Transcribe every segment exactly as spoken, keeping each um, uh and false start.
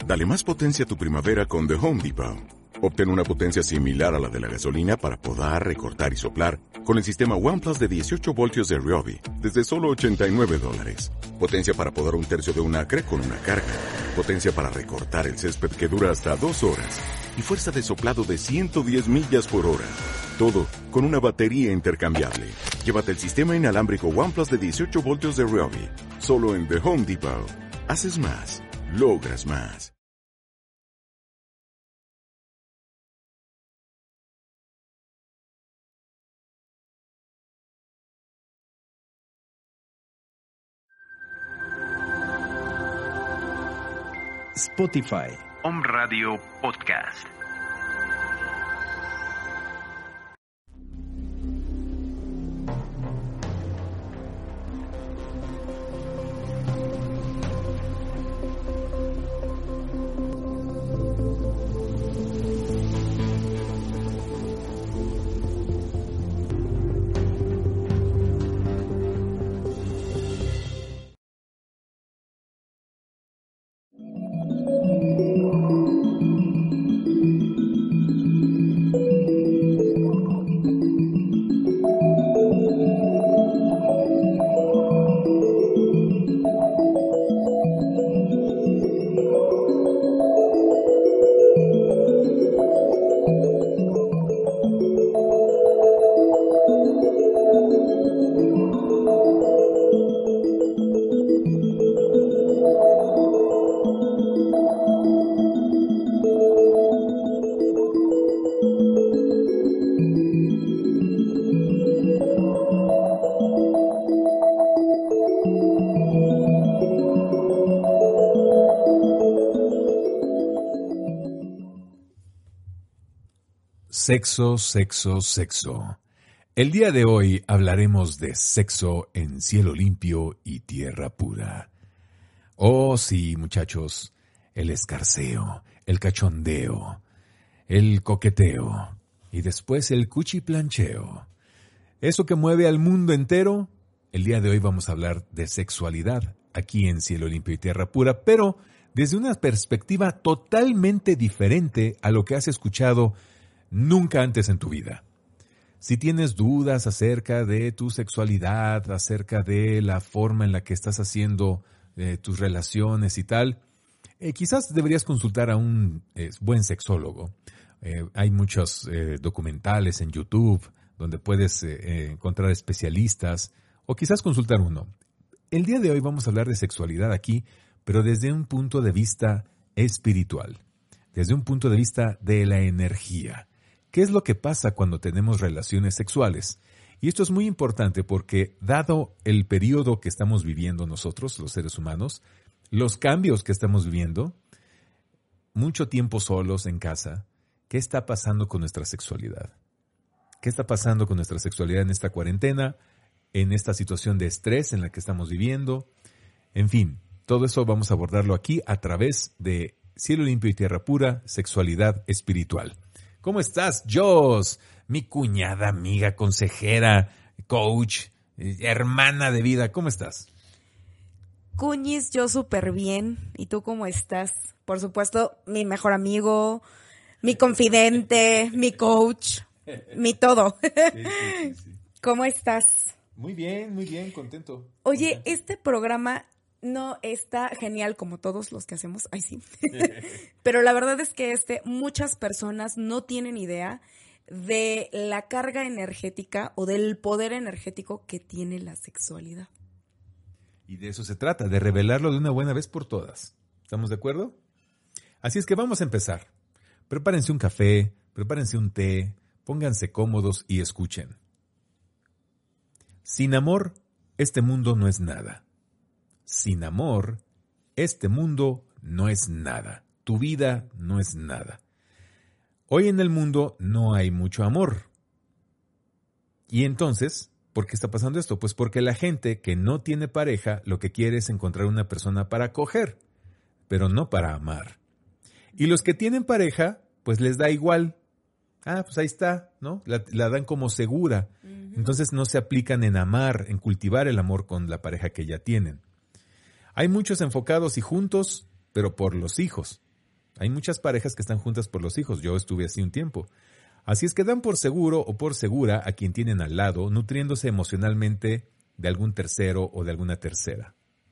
Dale más potencia a tu primavera con The Home Depot. Obtén una potencia similar a la de la gasolina para podar, recortar y soplar con el sistema OnePlus de dieciocho voltios de Ryobi desde solo ochenta y nueve dólares. Potencia para podar un tercio de un acre con una carga. Potencia para recortar el césped que dura hasta dos horas. Y fuerza de soplado de ciento diez millas por hora. Todo con una batería intercambiable. Llévate el sistema inalámbrico OnePlus de dieciocho voltios de Ryobi. Solo en The Home Depot. Haces más. Logras más. Spotify. Home Radio Podcast. Sexo, sexo, sexo. El día de hoy hablaremos de sexo en cielo limpio y tierra pura. Oh sí, muchachos, el escarceo, el cachondeo, el coqueteo y después el cuchiplancheo. Eso que mueve al mundo entero. El día de hoy vamos a hablar de sexualidad aquí en cielo limpio y tierra pura, pero desde una perspectiva totalmente diferente a lo que has escuchado nunca antes en tu vida. Si tienes dudas acerca de tu sexualidad, acerca de la forma en la que estás haciendo eh, tus relaciones y tal, eh, quizás deberías consultar a un eh, buen sexólogo. Eh, hay muchos eh, documentales en YouTube donde puedes eh, encontrar especialistas o quizás consultar uno. El día de hoy vamos a hablar de sexualidad aquí, pero desde un punto de vista espiritual, desde un punto de vista de la energía. ¿Qué es lo que pasa cuando tenemos relaciones sexuales? Y esto es muy importante porque, dado el periodo que estamos viviendo nosotros, los seres humanos, los cambios que estamos viviendo, mucho tiempo solos en casa, ¿qué está pasando con nuestra sexualidad? ¿Qué está pasando con nuestra sexualidad en esta cuarentena, en esta situación de estrés en la que estamos viviendo? En fin, todo eso vamos a abordarlo aquí a través de Cielo Limpio y Tierra Pura, Sexualidad Espiritual. ¿Cómo estás, Jos? Mi cuñada, amiga, consejera, coach, hermana de vida. ¿Cómo estás? Cuñis, yo súper bien. ¿Y tú cómo estás? Por supuesto, mi mejor amigo, mi confidente, mi coach, mi todo. Sí, sí, sí, sí. ¿Cómo estás? Muy bien, muy bien, contento. Oye, contento. Este programa no está genial como todos los que hacemos. Ay, sí. Pero la verdad es que este, muchas personas no tienen idea de la carga energética o del poder energético que tiene la sexualidad. Y de eso se trata, de revelarlo de una buena vez por todas. ¿Estamos de acuerdo? Así es que vamos a empezar. Prepárense un café, prepárense un té, pónganse cómodos y escuchen. Sin amor, este mundo no es nada. Sin amor, este mundo no es nada. Tu vida no es nada. Hoy en el mundo no hay mucho amor. Y entonces, ¿por qué está pasando esto? Pues porque la gente que no tiene pareja lo que quiere es encontrar una persona para coger, pero no para amar. Y los que tienen pareja, pues les da igual. Ah, pues ahí está, ¿no? La, la dan como segura. Uh-huh. Entonces no se aplican en amar, en cultivar el amor con la pareja que ya tienen. Hay muchos enfocados y juntos, pero por los hijos. Hay muchas parejas que están juntas por los hijos. Yo estuve así un tiempo. Así es que dan por seguro o por segura a quien tienen al lado, nutriéndose emocionalmente de algún tercero o de alguna tercera.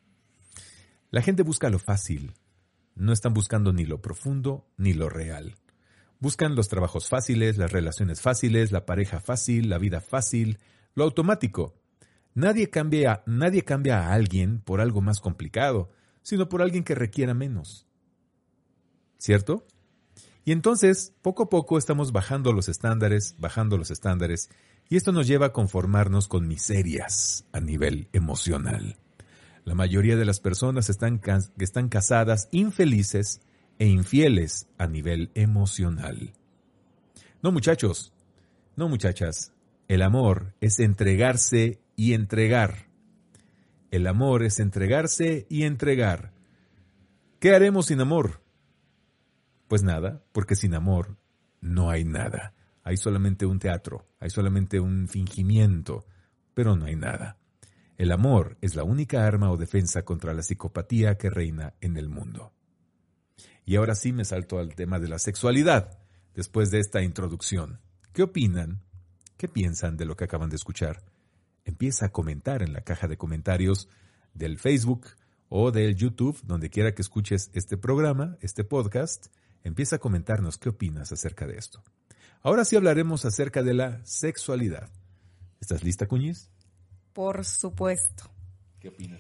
La gente busca lo fácil. No están buscando ni lo profundo ni lo real. Buscan los trabajos fáciles, las relaciones fáciles, la pareja fácil, la vida fácil, lo automático. Nadie cambia, nadie cambia a alguien por algo más complicado, sino por alguien que requiera menos. ¿Cierto? Y entonces, poco a poco estamos bajando los estándares, bajando los estándares, y esto nos lleva a conformarnos con miserias a nivel emocional. La mayoría de las personas están, están casadas infelices e infieles a nivel emocional. No, muchachos, no, muchachas, el amor es entregarse y entregar. El amor es entregarse y entregar. ¿Qué haremos sin amor? Pues nada, porque sin amor no hay nada. Hay solamente un teatro, hay solamente un fingimiento, pero no hay nada. El amor es la única arma o defensa contra la psicopatía que reina en el mundo. Y ahora sí me salto al tema de la sexualidad, después de esta introducción. ¿Qué opinan? ¿Qué piensan de lo que acaban de escuchar? Empieza a comentar en la caja de comentarios del Facebook o del YouTube, donde quiera que escuches este programa, este podcast. Empieza a comentarnos qué opinas acerca de esto. Ahora sí hablaremos acerca de la sexualidad. ¿Estás lista, Cuñiz? Por supuesto. ¿Qué opinas?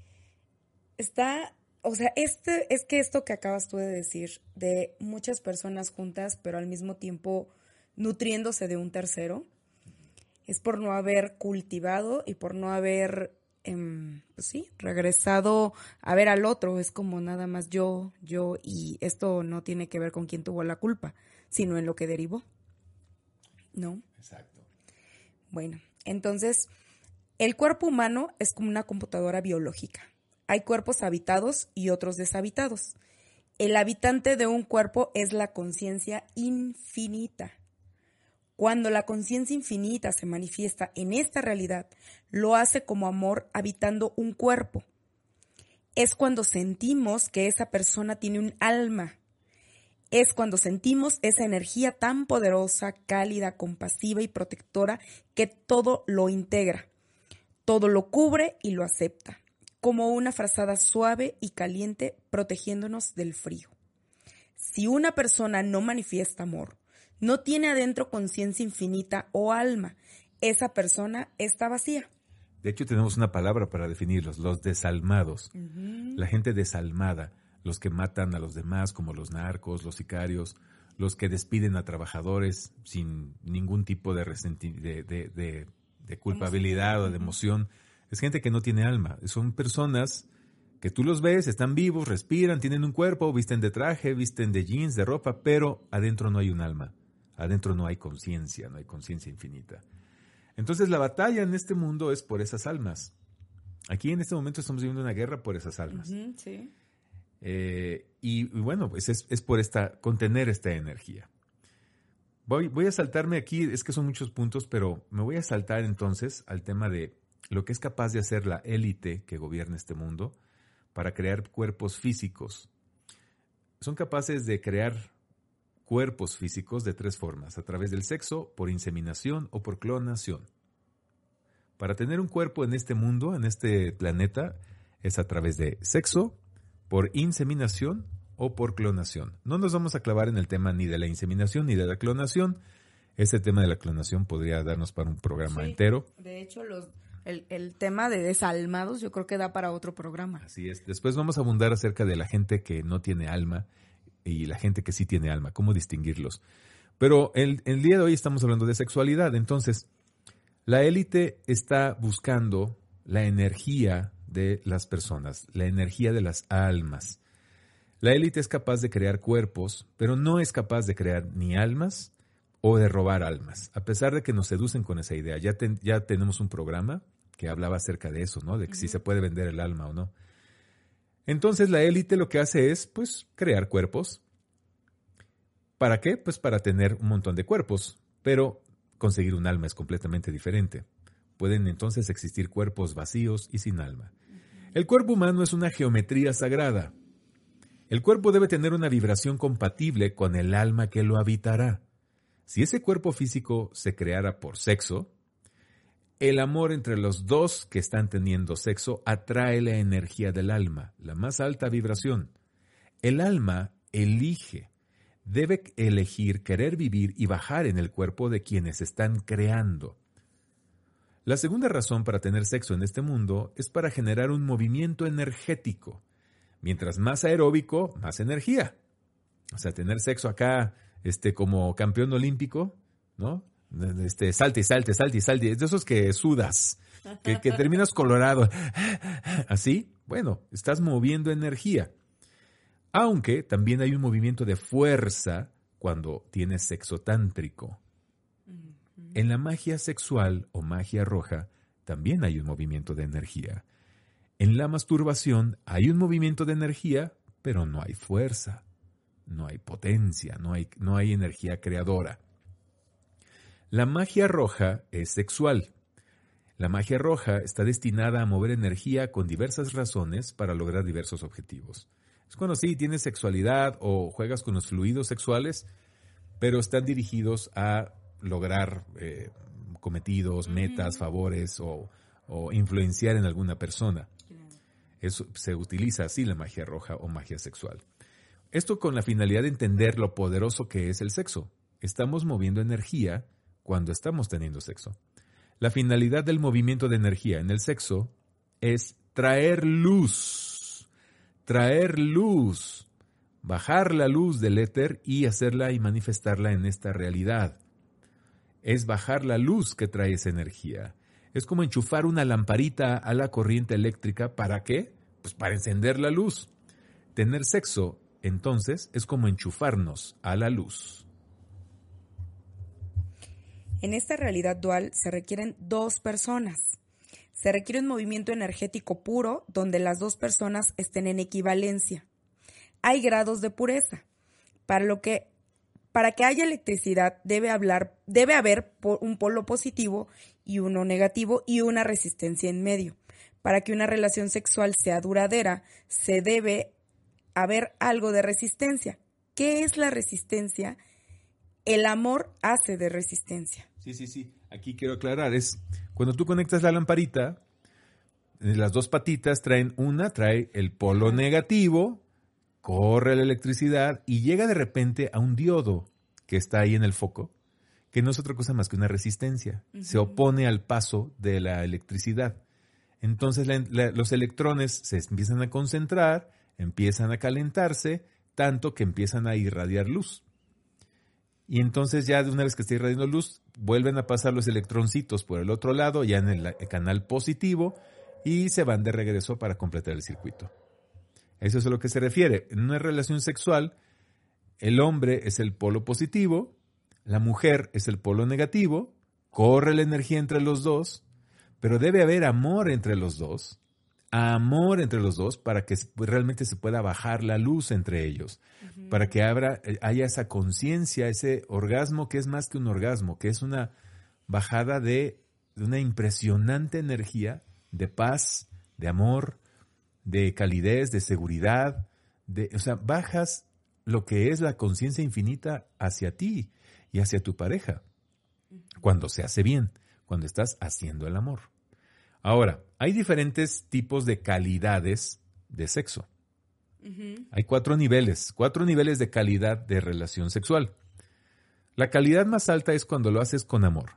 Está, o sea, este, es que esto que acabas tú de decir, de muchas personas juntas, pero al mismo tiempo nutriéndose de un tercero, es por no haber cultivado y por no haber, eh, pues sí, regresado a ver al otro. Es como nada más yo, yo, y esto no tiene que ver con quién tuvo la culpa, sino en lo que derivó. ¿No? Exacto. Bueno, entonces, el cuerpo humano es como una computadora biológica. Hay cuerpos habitados y otros deshabitados. El habitante de un cuerpo es la conciencia infinita. Cuando la conciencia infinita se manifiesta en esta realidad, lo hace como amor habitando un cuerpo. Es cuando sentimos que esa persona tiene un alma. Es cuando sentimos esa energía tan poderosa, cálida, compasiva y protectora que todo lo integra, todo lo cubre y lo acepta, como una frazada suave y caliente protegiéndonos del frío. Si una persona no manifiesta amor, no tiene adentro conciencia infinita o alma, esa persona está vacía. De hecho, tenemos una palabra para definirlos, los desalmados. Uh-huh. La gente desalmada, los que matan a los demás como los narcos, los sicarios, los que despiden a trabajadores sin ningún tipo de, resenti- de, de, de, de culpabilidad o de emoción. Es gente que no tiene alma. Son personas que tú los ves, están vivos, respiran, tienen un cuerpo, visten de traje, visten de jeans, de ropa, pero adentro no hay un alma. Adentro no hay conciencia, no hay conciencia infinita. Entonces la batalla en este mundo es por esas almas. Aquí en este momento estamos viviendo una guerra por esas almas. Uh-huh, sí. Eh, y, y bueno, pues es, es por esta, contener esta energía. Voy, voy a saltarme aquí, es que son muchos puntos, pero me voy a saltar entonces al tema de lo que es capaz de hacer la élite que gobierna este mundo para crear cuerpos físicos. Son capaces de crear cuerpos físicos de tres formas: a través del sexo, por inseminación o por clonación. Para tener un cuerpo en este mundo, en este planeta, es a través de sexo, por inseminación o por clonación. No nos vamos a clavar en el tema ni de la inseminación ni de la clonación. Este tema de la clonación podría darnos para un programa sí, entero. De hecho, los, el, el tema de desalmados yo creo que da para otro programa. Así es. Después vamos a abundar acerca de la gente que no tiene alma y la gente que sí tiene alma, cómo distinguirlos. Pero el, el día de hoy estamos hablando de sexualidad. Entonces, la élite está buscando la energía de las personas, la energía de las almas. La élite es capaz de crear cuerpos, pero no es capaz de crear ni almas o de robar almas, a pesar de que nos seducen con esa idea. Ya, ten, ya tenemos un programa que hablaba acerca de eso, ¿no? De que uh-huh. si se puede vender el alma o no. Entonces la élite lo que hace es, pues, crear cuerpos. ¿Para qué? Pues para tener un montón de cuerpos, pero conseguir un alma es completamente diferente. Pueden entonces existir cuerpos vacíos y sin alma. El cuerpo humano es una geometría sagrada. El cuerpo debe tener una vibración compatible con el alma que lo habitará. Si ese cuerpo físico se creara por sexo, el amor entre los dos que están teniendo sexo atrae la energía del alma, la más alta vibración. El alma elige, debe elegir querer vivir y bajar en el cuerpo de quienes están creando. La segunda razón para tener sexo en este mundo es para generar un movimiento energético. Mientras más aeróbico, más energía. O sea, tener sexo acá, este, como campeón olímpico, ¿no? Este, salte, salte, salte, salte. Es de esos que sudas, que, que terminas colorado. Así, bueno, estás moviendo energía. Aunque también hay un movimiento de fuerza cuando tienes sexo tántrico. En la magia sexual o magia roja también hay un movimiento de energía. En la masturbación hay un movimiento de energía, pero no hay fuerza, no hay potencia, no hay, no hay energía creadora. La magia roja es sexual. La magia roja está destinada a mover energía con diversas razones para lograr diversos objetivos. Es cuando sí tienes sexualidad o juegas con los fluidos sexuales, pero están dirigidos a lograr eh, cometidos, metas, favores o, o influenciar en alguna persona. Eso, se utiliza así la magia roja o magia sexual. Esto con la finalidad de entender lo poderoso que es el sexo. Estamos moviendo energía cuando estamos teniendo sexo. La finalidad del movimiento de energía en el sexo es traer luz, traer luz, bajar la luz del éter y hacerla y manifestarla en esta realidad. Es bajar la luz que trae esa energía. Es como enchufar una lamparita a la corriente eléctrica. ¿Para qué? Pues para encender la luz. Tener sexo, entonces, es como enchufarnos a la luz. En esta realidad dual se requieren dos personas. Se requiere un movimiento energético puro donde las dos personas estén en equivalencia. Hay grados de pureza, para lo que Para que haya electricidad debe, hablar, debe haber un polo positivo y uno negativo y una resistencia en medio. Para que una relación sexual sea duradera, se debe haber algo de resistencia. ¿Qué es la resistencia? El amor hace de resistencia. Sí, sí, sí. Aquí quiero aclarar. Es cuando tú conectas la lamparita, las dos patitas traen una, trae el polo negativo, corre la electricidad y llega de repente a un diodo que está ahí en el foco, que no es otra cosa más que una resistencia. Uh-huh. Se opone al paso de la electricidad. Entonces la, la, los electrones se empiezan a concentrar, empiezan a calentarse, tanto que empiezan a irradiar luz. Y entonces ya de una vez que está irradiando luz, vuelven a pasar los electroncitos por el otro lado, ya en el, el canal positivo, y se van de regreso para completar el circuito. Eso es a lo que se refiere. En una relación sexual, el hombre es el polo positivo, la mujer es el polo negativo, corre la energía entre los dos, pero debe haber amor entre los dos, amor entre los dos para que realmente se pueda bajar la luz entre ellos, uh-huh. para que abra, haya esa conciencia, ese orgasmo que es más que un orgasmo, que es una bajada de, de una impresionante energía de paz, de amor, de calidez, de seguridad, de, o sea, bajas lo que es la conciencia infinita hacia ti y hacia tu pareja, cuando se hace bien, cuando estás haciendo el amor. Ahora, hay diferentes tipos de calidades de sexo. Uh-huh. Hay cuatro niveles, cuatro niveles de calidad de relación sexual. La calidad más alta es cuando lo haces con amor.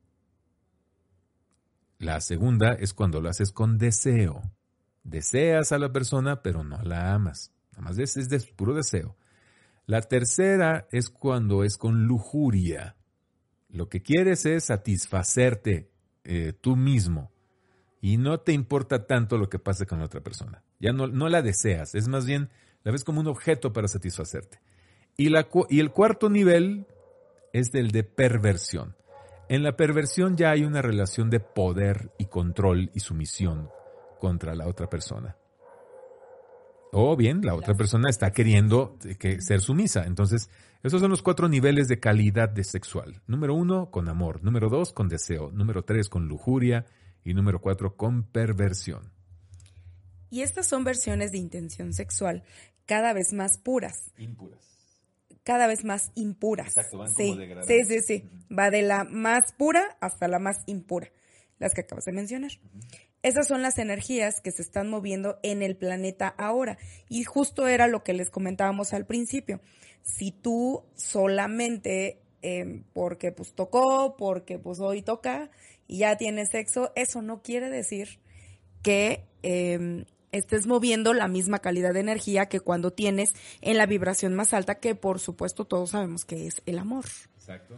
La segunda es cuando lo haces con deseo. Deseas a la persona, pero no la amas. Nada más es, es de puro deseo. La tercera es cuando es con lujuria. Lo que quieres es satisfacerte eh, tú mismo. Y no te importa tanto lo que pase con la otra persona. Ya no, no la deseas. Es más bien, la ves como un objeto para satisfacerte. Y, la, y el cuarto nivel es el de perversión. En la perversión ya hay una relación de poder y control y sumisión contra la otra persona. O bien, la otra persona está queriendo que ser sumisa. Entonces, esos son los cuatro niveles de calidad de sexual. Número uno, con amor. Número dos, con deseo. Número tres, con lujuria. Y número cuatro, con perversión. Y estas son versiones de intención sexual cada vez más puras. Impuras. Cada vez más impuras. Exacto, van sí, como degradando. sí, sí, sí. Uh-huh. Va de la más pura hasta la más impura, las que acabas de mencionar. Uh-huh. Esas son las energías que se están moviendo en el planeta ahora. Y justo era lo que les comentábamos al principio. Si tú solamente, eh, porque pues tocó, porque pues hoy toca y ya tienes sexo, eso no quiere decir que eh, estés moviendo la misma calidad de energía que cuando tienes en la vibración más alta, que por supuesto todos sabemos que es el amor. Exacto.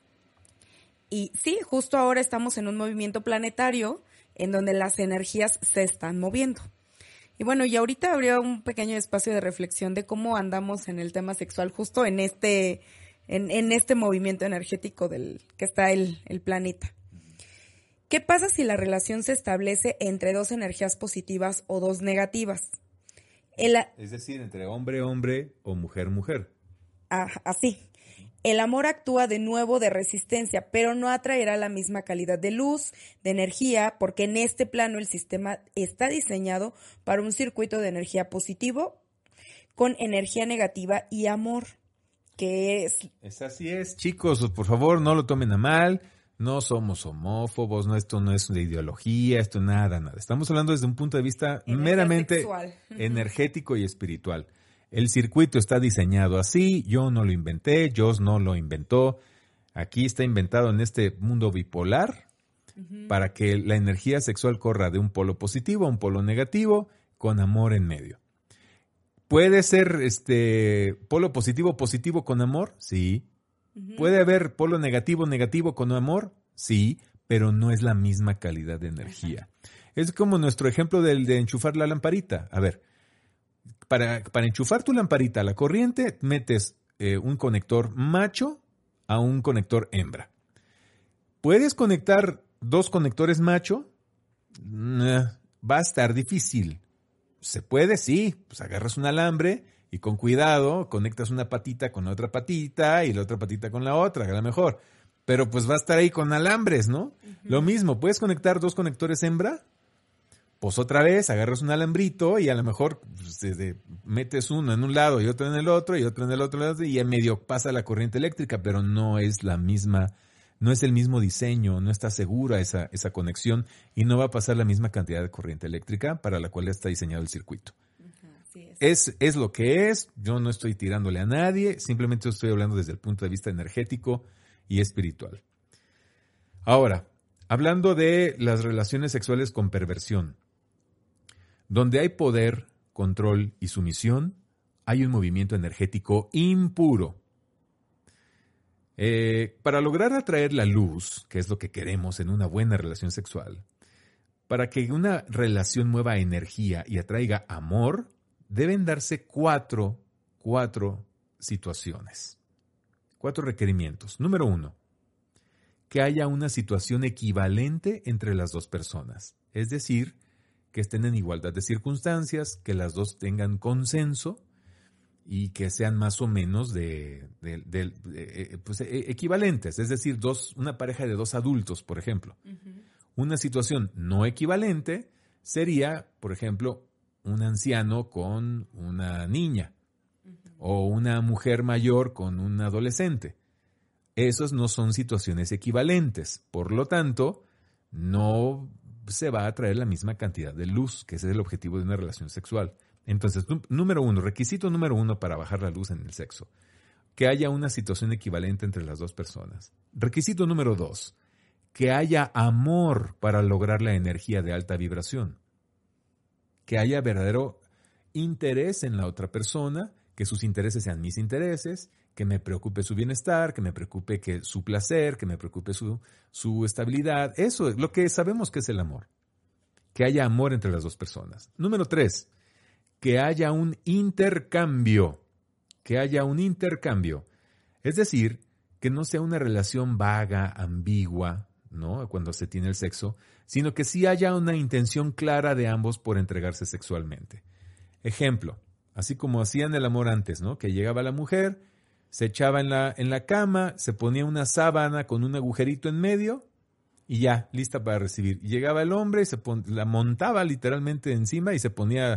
Y sí, justo ahora estamos en un movimiento planetario en donde las energías se están moviendo. Y bueno, y ahorita habría un pequeño espacio de reflexión de cómo andamos en el tema sexual justo en este, en, en este movimiento energético del que está el, el planeta. ¿Qué pasa si la relación se establece entre dos energías positivas o dos negativas? El, es decir, entre hombre-hombre o mujer-mujer. Ah, así. El amor actúa de nuevo de resistencia, pero no atraerá la misma calidad de luz, de energía, porque en este plano el sistema está diseñado para un circuito de energía positivo con energía negativa y amor, que es... Es así es, chicos, por favor, no lo tomen a mal. No somos homófobos, no, esto no es de ideología, esto nada, nada. Estamos hablando desde un punto de vista energía meramente sexual. Energético y espiritual. El circuito está diseñado así, yo no lo inventé, Joss no lo inventó. Aquí está inventado en este mundo bipolar uh-huh. para que la energía sexual corra de un polo positivo a un polo negativo con amor en medio. ¿Puede ser este polo positivo positivo con amor? Sí. ¿Puede haber polo negativo, negativo con amor? Sí, pero no es la misma calidad de energía. Ajá. Es como nuestro ejemplo del de enchufar la lamparita. A ver, para, para enchufar tu lamparita a la corriente, metes eh, un conector macho a un conector hembra. ¿Puedes conectar dos conectores macho? Nah, va a estar difícil. ¿Se puede? Sí. Pues agarras un alambre y con cuidado conectas una patita con la otra patita y la otra patita con la otra, a lo mejor. Pero pues va a estar ahí con alambres, ¿no? Uh-huh. Lo mismo, ¿puedes conectar dos conectores hembra? Pues otra vez agarras un alambrito y a lo mejor pues, desde, metes uno en un lado y otro en el otro y otro en el otro lado y en medio pasa la corriente eléctrica, pero no es la misma, no es el mismo diseño, no está segura esa, esa conexión y no va a pasar la misma cantidad de corriente eléctrica para la cual está diseñado el circuito. Es, es lo que es, yo no estoy tirándole a nadie, simplemente estoy hablando desde el punto de vista energético y espiritual. Ahora, hablando de las relaciones sexuales con perversión, donde hay poder, control y sumisión, hay un movimiento energético impuro. Eh, para lograr atraer la luz, que es lo que queremos en una buena relación sexual, para que una relación mueva energía y atraiga amor, deben darse cuatro, cuatro situaciones, cuatro requerimientos. Número uno, que haya una situación equivalente entre las dos personas. Es decir, que estén en igualdad de circunstancias, que las dos tengan consenso y que sean más o menos de, de, de, de pues, equivalentes. Es decir, dos, una pareja de dos adultos, por ejemplo. Uh-huh. Una situación no equivalente sería, por ejemplo, un anciano con una niña uh-huh. o una mujer mayor con un adolescente. Esos no son situaciones equivalentes. Por lo tanto, no se va a atraer la misma cantidad de luz, que ese es el objetivo de una relación sexual. Entonces, número uno, requisito número uno para bajar la luz en el sexo, que haya una situación equivalente entre las dos personas. Requisito número dos, que haya amor para lograr la energía de alta vibración. Que haya verdadero interés en la otra persona, que sus intereses sean mis intereses, que me preocupe su bienestar, que me preocupe que su placer, que me preocupe su, su estabilidad. Eso es lo que sabemos que es el amor. Que haya amor entre las dos personas. Número tres, que haya un intercambio. Que haya un intercambio. Es decir, que no sea una relación vaga, ambigua, ¿no? Cuando se tiene el sexo, sino que sí haya una intención clara de ambos por entregarse sexualmente. Ejemplo, así como hacían el amor antes, ¿no? Que llegaba la mujer, se echaba en la, en la cama, se ponía una sábana con un agujerito en medio y ya, lista para recibir. Y llegaba el hombre y se pon, la montaba literalmente encima y se ponía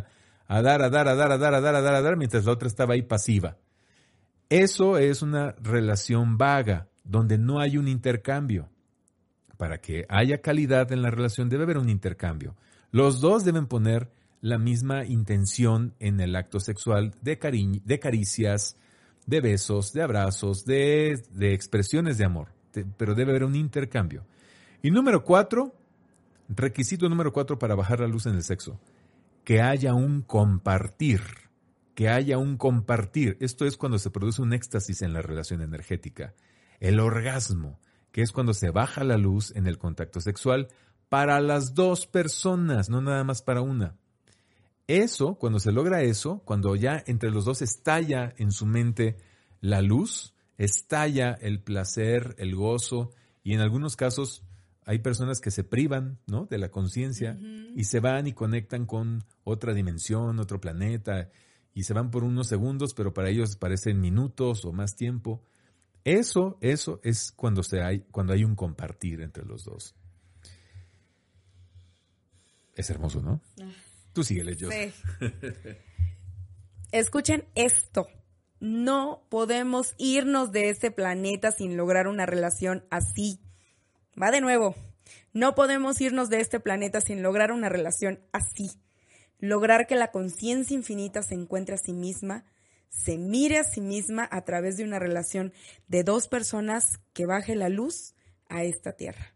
a dar, a dar, a dar, a dar, a dar, a dar, a dar, mientras la otra estaba ahí pasiva. Eso es una relación vaga, donde no hay un intercambio. Para que haya calidad en la relación debe haber un intercambio. Los dos deben poner la misma intención en el acto sexual de, cari- de caricias, de besos, de abrazos, de, de expresiones de amor. De, pero debe haber un intercambio. Y número cuatro, requisito número cuatro para bajar la luz en el sexo, que haya un compartir. Que haya un compartir. Esto es cuando se produce un éxtasis en la relación energética. El orgasmo, que es cuando se baja la luz en el contacto sexual para las dos personas, no nada más para una. Eso, cuando se logra eso, cuando ya entre los dos estalla en su mente la luz, estalla el placer, el gozo, y en algunos casos hay personas que se privan, ¿no?, de la conciencia, uh-huh, y se van y conectan con otra dimensión, otro planeta, y se van por unos segundos, pero para ellos parecen minutos o más tiempo. Eso, eso es cuando, se hay, cuando hay un compartir entre los dos. Es hermoso, ¿no? Tú síguele, yo. Sí. Escuchen esto. No podemos irnos de este planeta sin lograr una relación así. Va de nuevo. No podemos irnos de este planeta sin lograr una relación así. Lograr que la conciencia infinita se encuentre a sí misma, se mire a sí misma a través de una relación de dos personas que baje la luz a esta tierra.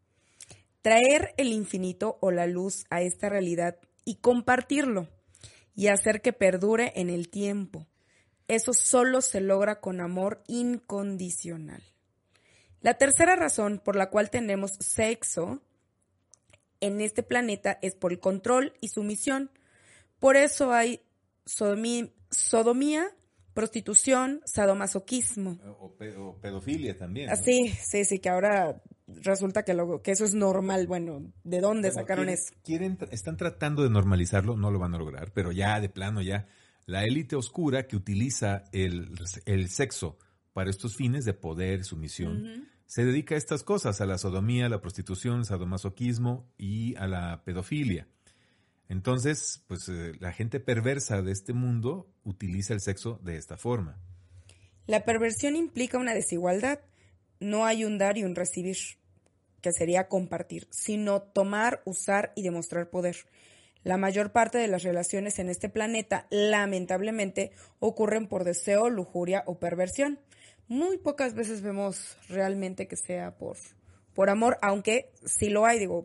Traer el infinito o la luz a esta realidad y compartirlo y hacer que perdure en el tiempo. Eso solo se logra con amor incondicional. La tercera razón por la cual tenemos sexo en este planeta es por el control y sumisión. Por eso hay sodomía, sodomía prostitución, sadomasoquismo. O, pe- o pedofilia también, ¿no? Sí, sí, sí, que ahora resulta que, lo, que eso es normal. Bueno, ¿de dónde bueno, sacaron quieren, eso? Quieren, están tratando de normalizarlo, no lo van a lograr, pero ya de plano ya la élite oscura que utiliza el, el sexo para estos fines de poder, sumisión, uh-huh, se dedica a estas cosas, a la sodomía, a la prostitución, al sadomasoquismo y a la pedofilia. Entonces, pues eh, la gente perversa de este mundo utiliza el sexo de esta forma. La perversión implica una desigualdad. No hay un dar y un recibir, que sería compartir, sino tomar, usar y demostrar poder. La mayor parte de las relaciones en este planeta, lamentablemente, ocurren por deseo, lujuria o perversión. Muy pocas veces vemos realmente que sea por, por amor, aunque sí lo hay, digo,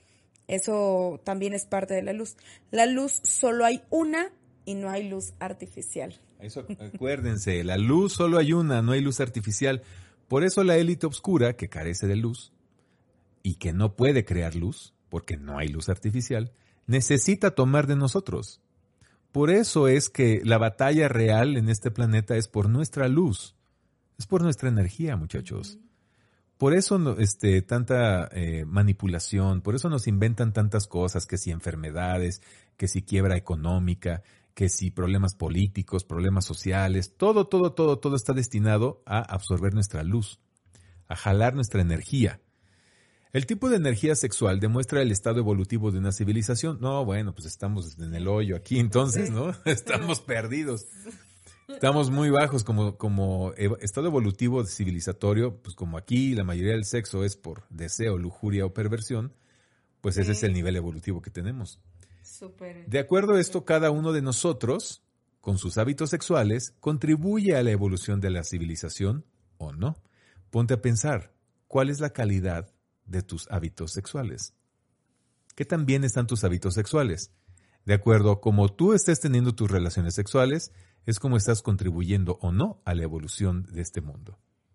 eso también es parte de la luz. La luz solo hay una y no hay luz artificial. Eso, acuérdense, la luz solo hay una, no hay luz artificial. Por eso la élite oscura, que carece de luz y que no puede crear luz, porque no hay luz artificial, necesita tomar de nosotros. Por eso es que la batalla real en este planeta es por nuestra luz, es por nuestra energía, muchachos. Por eso este, tanta eh, manipulación, por eso nos inventan tantas cosas, que si enfermedades, que si quiebra económica, que si problemas políticos, problemas sociales, todo, todo, todo, todo está destinado a absorber nuestra luz, a jalar nuestra energía. El tipo de energía sexual demuestra el estado evolutivo de una civilización. No, bueno, pues estamos en el hoyo aquí entonces, ¿no? Estamos perdidos. Estamos muy bajos como, como estado evolutivo civilizatorio, pues como aquí la mayoría del sexo es por deseo, lujuria o perversión, pues ese es el nivel evolutivo que tenemos. Súper. De acuerdo a esto, cada uno de nosotros, con sus hábitos sexuales, contribuye a la evolución de la civilización o no. Ponte a pensar, ¿cuál es la calidad de tus hábitos sexuales? ¿Qué tan bien están tus hábitos sexuales? De acuerdo a cómo tú estés teniendo tus relaciones sexuales, es como estás contribuyendo o no a la evolución de este mundo.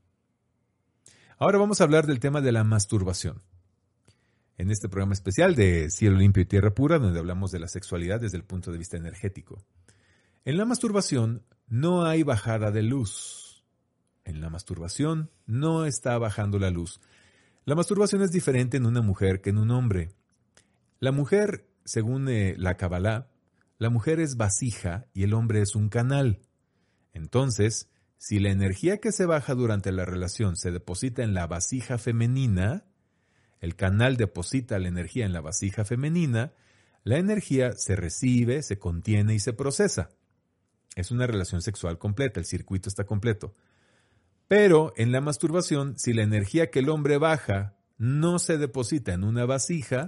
Ahora vamos a hablar del tema de la masturbación. En este programa especial de Cielo Limpio y Tierra Pura, donde hablamos de la sexualidad desde el punto de vista energético. En la masturbación no hay bajada de luz. En la masturbación no está bajando la luz. La masturbación es diferente en una mujer que en un hombre. La mujer, según eh, la Kabbalah, la mujer es vasija y el hombre es un canal. Entonces, si la energía que se baja durante la relación se deposita en la vasija femenina, el canal deposita la energía en la vasija femenina, La energía se recibe, se contiene y se procesa. Es una relación sexual completa, el circuito está completo. Pero en la masturbación, si la energía que el hombre baja no se deposita en una vasija,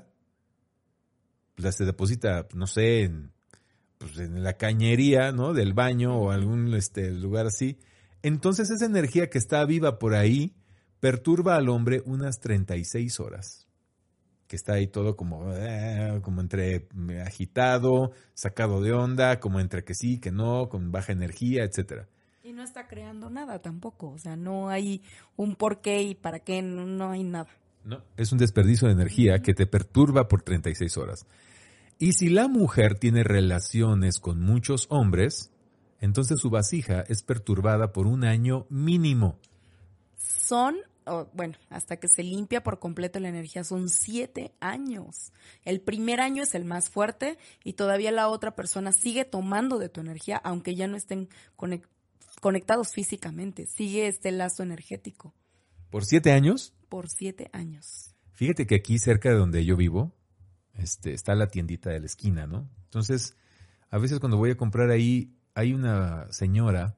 la se deposita, no sé, en, pues en la cañería, ¿no?, del baño o algún este, lugar así, entonces esa energía que está viva por ahí perturba al hombre unas treinta y seis horas. Que está ahí todo como, eh, como entre agitado, sacado de onda, como entre que sí, que no, con baja energía, etcétera. Y no está creando nada tampoco, o sea, no hay un por qué y para qué, no, no hay nada. No, es un desperdicio de energía que te perturba por treinta y seis horas. Y si la mujer tiene relaciones con muchos hombres, entonces su vasija es perturbada por un año mínimo. Son, oh, bueno, hasta que se limpia por completo la energía, son siete años. El primer año es el más fuerte y todavía la otra persona sigue tomando de tu energía, aunque ya no estén conect- conectados físicamente. Sigue este lazo energético. ¿Por siete años? Por siete años. Fíjate que aquí cerca de donde yo vivo, este, está la tiendita de la esquina, ¿no? Entonces, a veces cuando voy a comprar ahí, hay una señora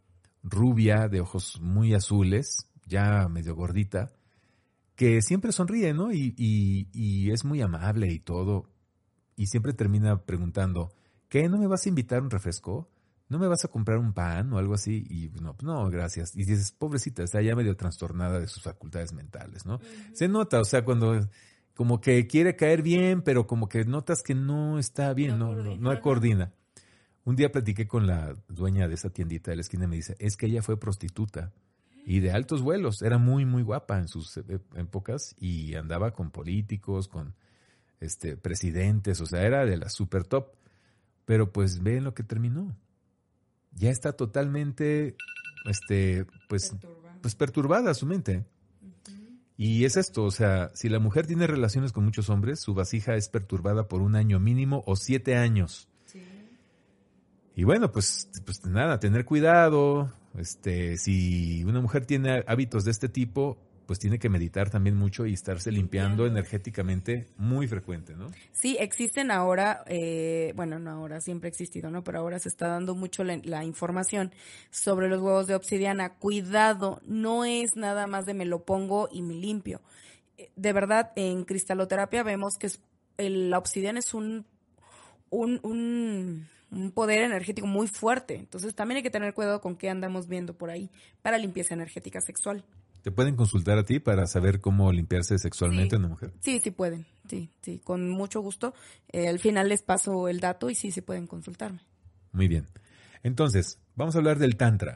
rubia de ojos muy azules, ya medio gordita, que siempre sonríe, ¿no? Y, y, y es muy amable y todo. Y siempre termina preguntando, ¿qué? ¿No me vas a invitar un refresco? ¿No me vas a comprar un pan o algo así? Y no, no, gracias. Y dices, pobrecita, está ya medio trastornada de sus facultades mentales, ¿no? Uh-huh. Se nota, o sea, cuando como que quiere caer bien, pero como que notas que no está bien, no, no, no, no coordina. Un día platiqué con la dueña de esa tiendita de la esquina y me dice, es que ella fue prostituta y de altos vuelos, era muy, muy guapa en sus épocas y andaba con políticos, con este presidentes, o sea, era de la super top. Pero pues ven lo que terminó. Ya está totalmente este, pues, perturbada. pues perturbada su mente. Uh-huh. Y es esto, o sea, si la mujer tiene relaciones con muchos hombres, su vasija es perturbada por un año mínimo o siete años. Sí. Y bueno, pues, pues nada, tener cuidado. Este, si una mujer tiene hábitos de este tipo, pues tiene que meditar también mucho y estarse limpiando energéticamente muy frecuente, ¿no? Sí, existen ahora, eh, bueno, no ahora, siempre ha existido, ¿no? Pero ahora se está dando mucho la, la información sobre los huevos de obsidiana. Cuidado, no es nada más de me lo pongo y me limpio. De verdad, en cristaloterapia vemos que es, el, la obsidiana es un, un, un, un poder energético muy fuerte. Entonces también hay que tener cuidado con qué andamos viendo por ahí para limpieza energética sexual. ¿Te pueden consultar a ti para saber cómo limpiarse sexualmente sí. una mujer? Sí, sí pueden, sí, sí, con mucho gusto. Eh, al final les paso el dato y sí, sí pueden consultarme. Muy bien. Entonces, vamos a hablar del tantra.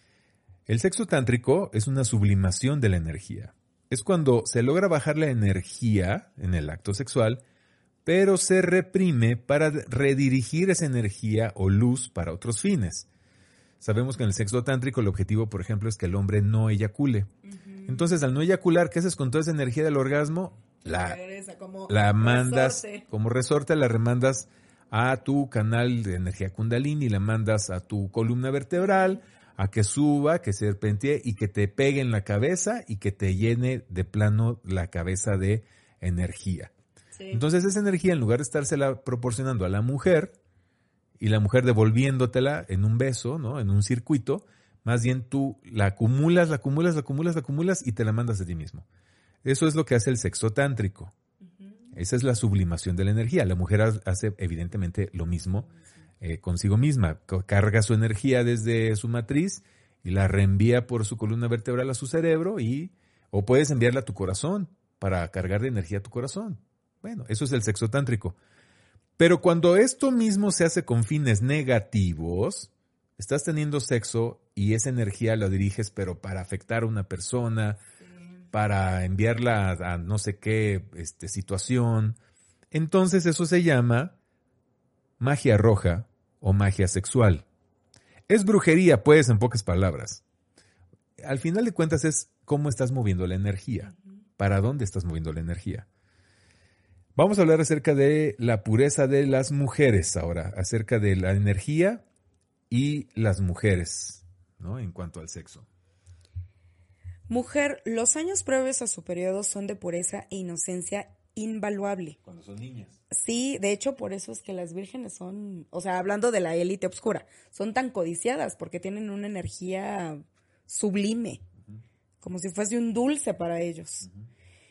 El sexo tántrico es una sublimación de la energía. Es cuando se logra bajar la energía en el acto sexual, pero se reprime para redirigir esa energía o luz para otros fines. Sabemos que en el sexo tántrico el objetivo, por ejemplo, es que el hombre no eyacule. Uh-huh. Entonces, al no eyacular, ¿qué haces con toda esa energía del orgasmo? La, como la mandas, resorte. como resorte, la remandas a tu canal de energía kundalini, la mandas a tu columna vertebral, a que suba, que se serpentee y que te pegue en la cabeza y que te llene de plano la cabeza de energía. Sí. Entonces, esa energía, en lugar de estársela proporcionando a la mujer, y la mujer devolviéndotela en un beso, ¿no? En un circuito, más bien tú la acumulas, la acumulas, la acumulas, la acumulas y te la mandas a ti mismo. Eso es lo que hace el sexo tántrico. Uh-huh. Esa es la sublimación de la energía. La mujer hace evidentemente lo mismo eh, consigo misma. Carga su energía desde su matriz y la reenvía por su columna vertebral a su cerebro y o puedes enviarla a tu corazón para cargar de energía a tu corazón. Bueno, eso es el sexo tántrico. Pero cuando esto mismo se hace con fines negativos, estás teniendo sexo y esa energía la diriges, pero para afectar a una persona, sí. para enviarla a, a no sé qué este, situación, entonces eso se llama magia roja o magia sexual. Es brujería, pues, en pocas palabras. Al final de cuentas es cómo estás moviendo la energía, para dónde estás moviendo la energía. Vamos a hablar acerca de la pureza de las mujeres ahora, acerca de la energía y las mujeres, ¿no? En cuanto al sexo. Mujer, los años previos a su periodo son de pureza e inocencia invaluable. Cuando son niñas. Sí, de hecho, por eso es que las vírgenes son, o sea, hablando de la élite obscura, son tan codiciadas porque tienen una energía sublime, uh-huh. como si fuese un dulce para ellos. Uh-huh.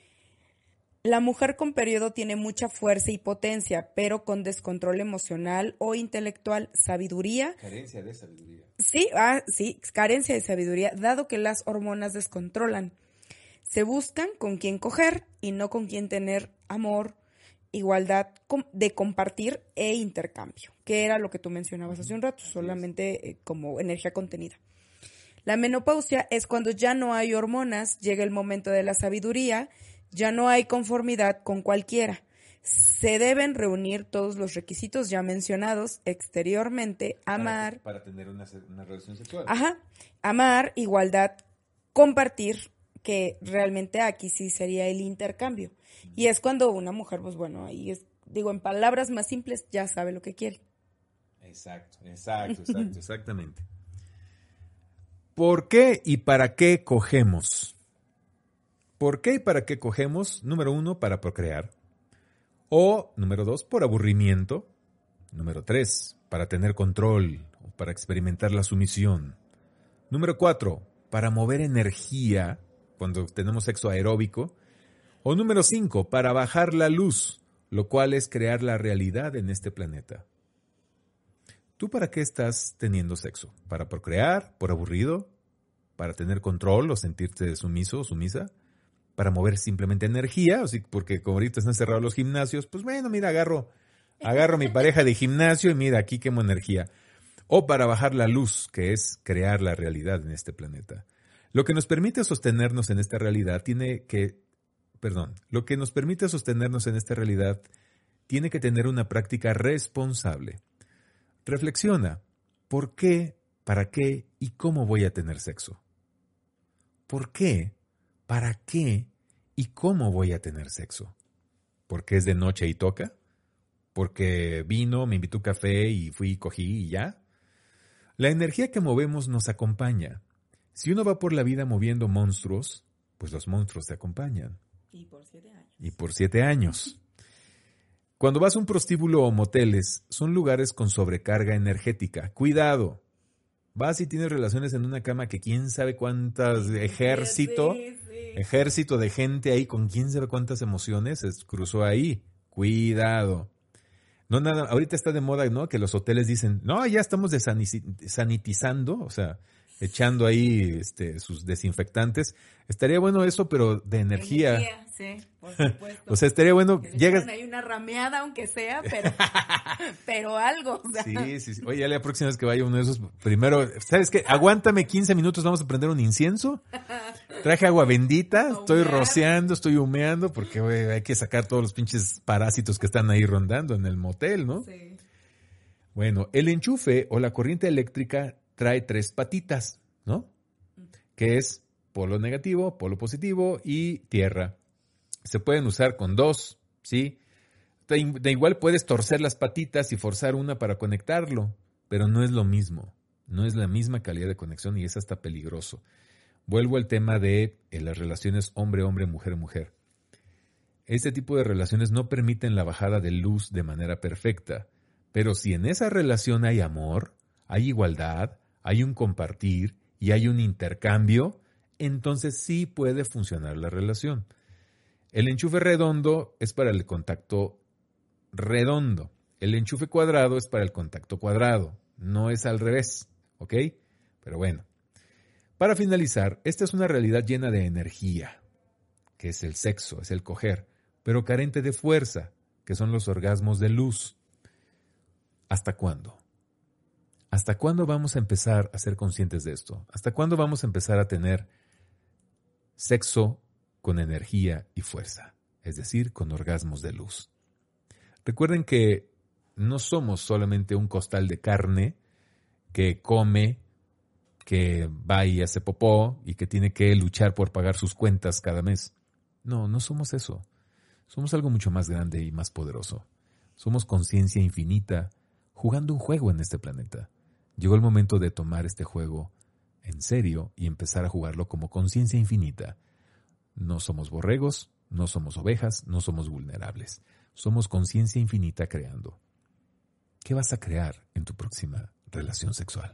La mujer con periodo tiene mucha fuerza y potencia, pero con descontrol emocional o intelectual, sabiduría. Carencia de sabiduría. Sí, ah, sí, carencia de sabiduría, dado que las hormonas descontrolan. Se buscan con quién coger y no con quién tener amor, igualdad de compartir e intercambio, que era lo que tú mencionabas hace un rato, solamente eh, como energía contenida. La menopausia es cuando ya no hay hormonas, llega el momento de la sabiduría, ya no hay conformidad con cualquiera. Se deben reunir todos los requisitos ya mencionados exteriormente, amar. Para, para tener una, una relación sexual. Ajá, amar, igualdad, compartir, que realmente aquí sí sería el intercambio. Uh-huh. Y es cuando una mujer, pues bueno, ahí es, digo, en palabras más simples, ya sabe lo que quiere. Exacto, exacto, exacto, exactamente. ¿Por qué y para qué cogemos? ¿Por qué y para qué cogemos? Número uno, para procrear. O, número dos, por aburrimiento. Número tres, para tener control o para experimentar la sumisión. Número cuatro, para mover energía cuando tenemos sexo aeróbico. O número cinco, para bajar la luz, lo cual es crear la realidad en este planeta. ¿Tú para qué estás teniendo sexo? ¿Para procrear? ¿Por aburrido? ¿Para tener control o sentirte sumiso o sumisa? ¿Para mover simplemente energía? O sea, porque como ahorita están cerrados los gimnasios, pues bueno, mira, agarro, agarro mi pareja de gimnasio y mira, aquí quemo energía. O para bajar la luz, que es crear la realidad en este planeta. Lo que nos permite sostenernos en esta realidad tiene que, perdón, lo que nos permite sostenernos en esta realidad tiene que tener una práctica responsable. Reflexiona, ¿por qué, para qué y cómo voy a tener sexo? ¿Por qué, para qué y cómo voy a tener sexo? ¿Porque es de noche y toca? ¿Porque vino, me invitó café y fui y cogí y ya? La energía que movemos nos acompaña. Si uno va por la vida moviendo monstruos, pues los monstruos te acompañan. Y por siete años. Y por siete años. Cuando vas a un prostíbulo o moteles, son lugares con sobrecarga energética. ¡Cuidado! Vas y tienes relaciones en una cama que quién sabe cuántas, ejército, sí, sí. ejército de gente ahí con quién sabe cuántas emociones es, cruzó ahí. ¡Cuidado! No nada, ahorita está de moda, ¿no? Que los hoteles dicen, no, ya estamos desanitizando, o sea, echando ahí este, sus desinfectantes. Estaría bueno eso, pero de energía. Energía, sí, por supuesto. O sea, estaría bueno. Que Llegas. Hay una rameada, aunque sea, pero, pero algo. O sea. Sí, sí, sí. Oye, la próxima vez que vaya uno de esos, primero, ¿sabes qué? Aguántame quince minutos, vamos a prender un incienso. Traje agua bendita, estoy rociando, estoy humeando, porque güey, hay que sacar todos los pinches parásitos que están ahí rondando en el motel, ¿no? Sí. Bueno, el enchufe o la corriente eléctrica trae tres patitas, ¿no? Que es polo negativo, polo positivo y tierra. Se pueden usar con dos, ¿sí? De igual puedes torcer las patitas y forzar una para conectarlo, pero no es lo mismo. No es la misma calidad de conexión y es hasta peligroso. Vuelvo al tema de eh, las relaciones hombre-hombre, mujer-mujer. Este tipo de relaciones no permiten la bajada de luz de manera perfecta, pero si en esa relación hay amor, hay igualdad, hay un compartir y hay un intercambio, entonces sí puede funcionar la relación. El enchufe redondo es para el contacto redondo. El enchufe cuadrado es para el contacto cuadrado. No es al revés, ¿ok? Pero bueno. Para finalizar, esta es una realidad llena de energía, que es el sexo, es el coger, pero carente de fuerza, que son los orgasmos de luz. ¿Hasta cuándo? ¿Hasta cuándo vamos a empezar a ser conscientes de esto? ¿Hasta cuándo vamos a empezar a tener sexo con energía y fuerza? Es decir, con orgasmos de luz. Recuerden que no somos solamente un costal de carne que come, que va y hace popó y que tiene que luchar por pagar sus cuentas cada mes. No, no somos eso. Somos algo mucho más grande y más poderoso. Somos conciencia infinita jugando un juego en este planeta. Llegó el momento de tomar este juego en serio y empezar a jugarlo como conciencia infinita. No somos borregos, no somos ovejas, no somos vulnerables. Somos conciencia infinita creando. ¿Qué vas a crear en tu próxima relación sexual?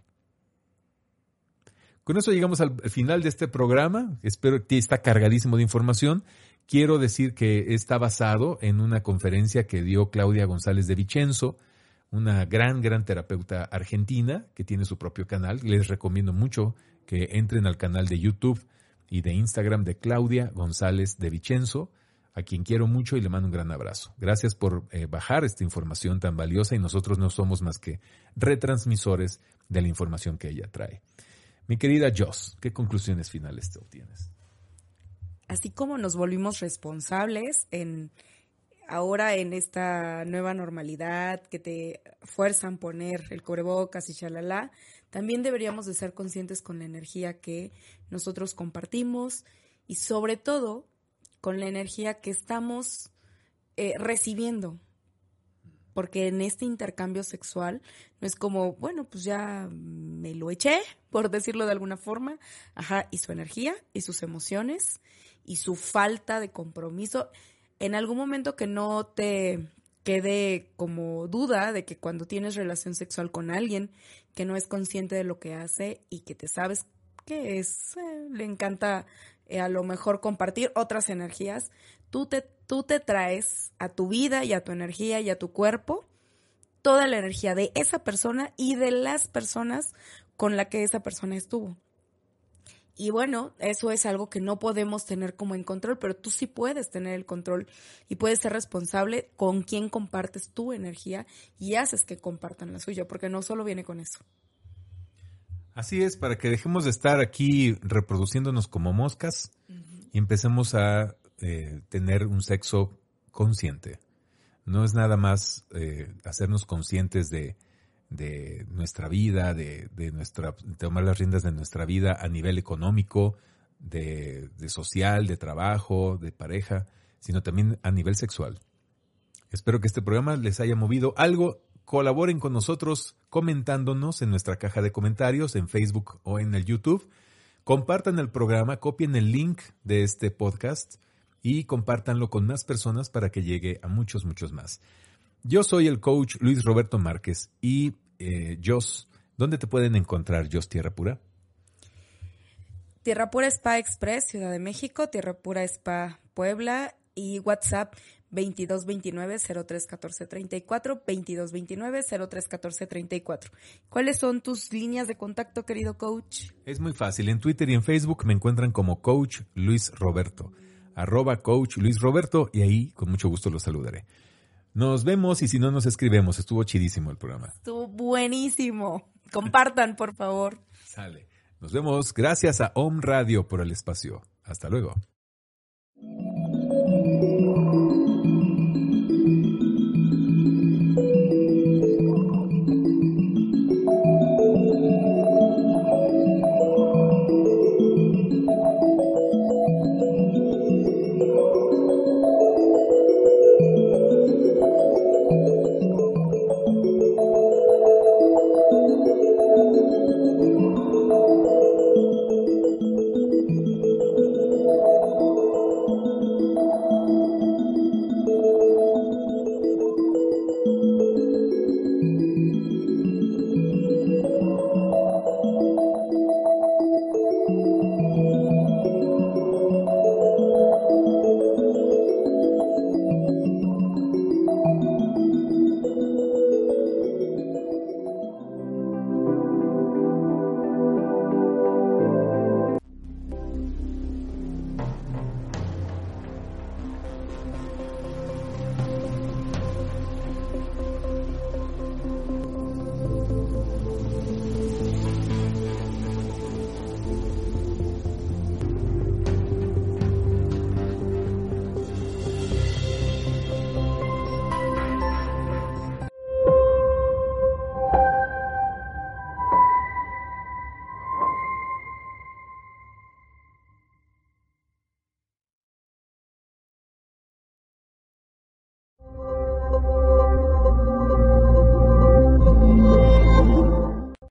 Con eso llegamos al final de este programa. Espero que está cargadísimo de información. Quiero decir que está basado en una conferencia que dio Claudia González de Vicenzo, una gran, gran terapeuta argentina que tiene su propio canal. Les recomiendo mucho que entren al canal de YouTube y de Instagram de Claudia González de Vicenzo, a quien quiero mucho y le mando un gran abrazo. Gracias por eh, bajar esta información tan valiosa y nosotros no somos más que retransmisores de la información que ella trae. Mi querida Joss, ¿qué conclusiones finales tú tienes? Así como nos volvimos responsables en ahora en esta nueva normalidad que te fuerzan poner el cubrebocas y chalala, también deberíamos de ser conscientes con la energía que nosotros compartimos y sobre todo con la energía que estamos eh, recibiendo. Porque en este intercambio sexual no es como, bueno, pues ya me lo eché, por decirlo de alguna forma, ajá, y su energía, y sus emociones, y su falta de compromiso. En algún momento que no te quede como duda de que cuando tienes relación sexual con alguien que no es consciente de lo que hace y que te sabes que es, eh, le encanta eh, a lo mejor compartir otras energías, tú te Tú te traes a tu vida y a tu energía y a tu cuerpo toda la energía de esa persona y de las personas con la que esa persona estuvo. Y bueno, eso es algo que no podemos tener como en control, pero tú sí puedes tener el control y puedes ser responsable con quién compartes tu energía y haces que compartan la suya, porque no solo viene con eso. Así es, para que dejemos de estar aquí reproduciéndonos como moscas uh-huh. y empecemos a Eh, tener un sexo consciente. No es nada más eh, hacernos conscientes de, de nuestra vida, de, de nuestra, tomar las riendas de nuestra vida a nivel económico, de, de social, de trabajo, de pareja, sino también a nivel sexual. Espero que este programa les haya movido algo. Colaboren con nosotros comentándonos en nuestra caja de comentarios en Facebook o en el YouTube. Compartan el programa, copien el link de este podcast y compártanlo con más personas para que llegue a muchos, muchos más. Yo soy el coach Luis Roberto Márquez y eh, Joss, ¿dónde te pueden encontrar, Joss Tierra Pura? Tierra Pura Spa Express, Ciudad de México, Tierra Pura Spa Puebla y WhatsApp veintidós veintinueve cero tres catorce treinta y cuatro, veintidós veintinueve cero tres catorce treinta y cuatro. ¿Cuáles son tus líneas de contacto, querido coach? Es muy fácil. En Twitter y en Facebook me encuentran como Coach Luis Roberto. Arroba Coach Luis Roberto, y ahí con mucho gusto los saludaré. Nos vemos y si no nos escribemos. Estuvo chidísimo el programa. Estuvo buenísimo. Compartan, por favor. Sale. Nos vemos. Gracias a Om Radio por el espacio. Hasta luego.